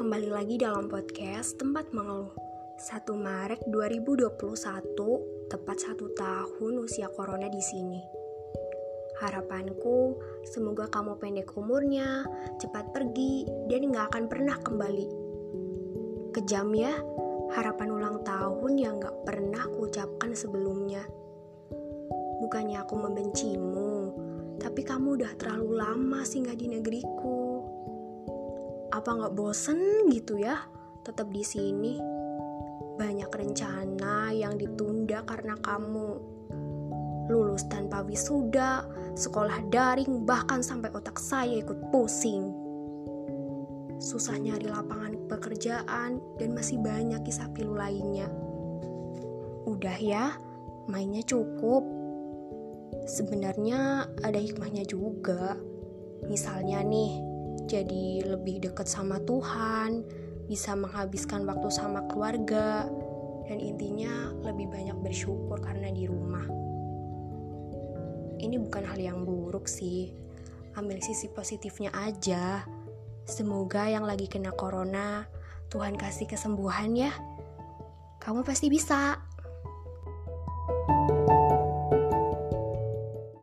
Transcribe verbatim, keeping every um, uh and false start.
kembali lagi dalam podcast Tempat Mengeluh. satu Maret dua ribu dua puluh satu, tepat satu tahun usia corona di sini. Harapanku, semoga kamu pendek umurnya, cepat pergi, dan gak akan pernah kembali. Kejam ya, harapan ulang tahun yang gak pernah kuucapkan sebelumnya. Bukannya aku membencimu, tapi kamu udah terlalu lama singgah di negeriku. Apa nggak bosen gitu ya, tetap di sini? Banyak rencana yang ditunda karena kamu. Lulus tanpa wisuda, sekolah daring, bahkan sampai otak saya ikut pusing. Susah nyari lapangan pekerjaan dan masih banyak kisah pilu lainnya. Udah ya, mainnya cukup. Sebenarnya ada hikmahnya juga. Misalnya nih, jadi lebih dekat sama Tuhan, bisa menghabiskan waktu sama keluarga, dan intinya lebih banyak bersyukur karena di rumah. Ini bukan hal yang buruk sih, ambil sisi positifnya aja. Semoga yang lagi kena corona, Tuhan kasih kesembuhan ya. Kamu pasti bisa.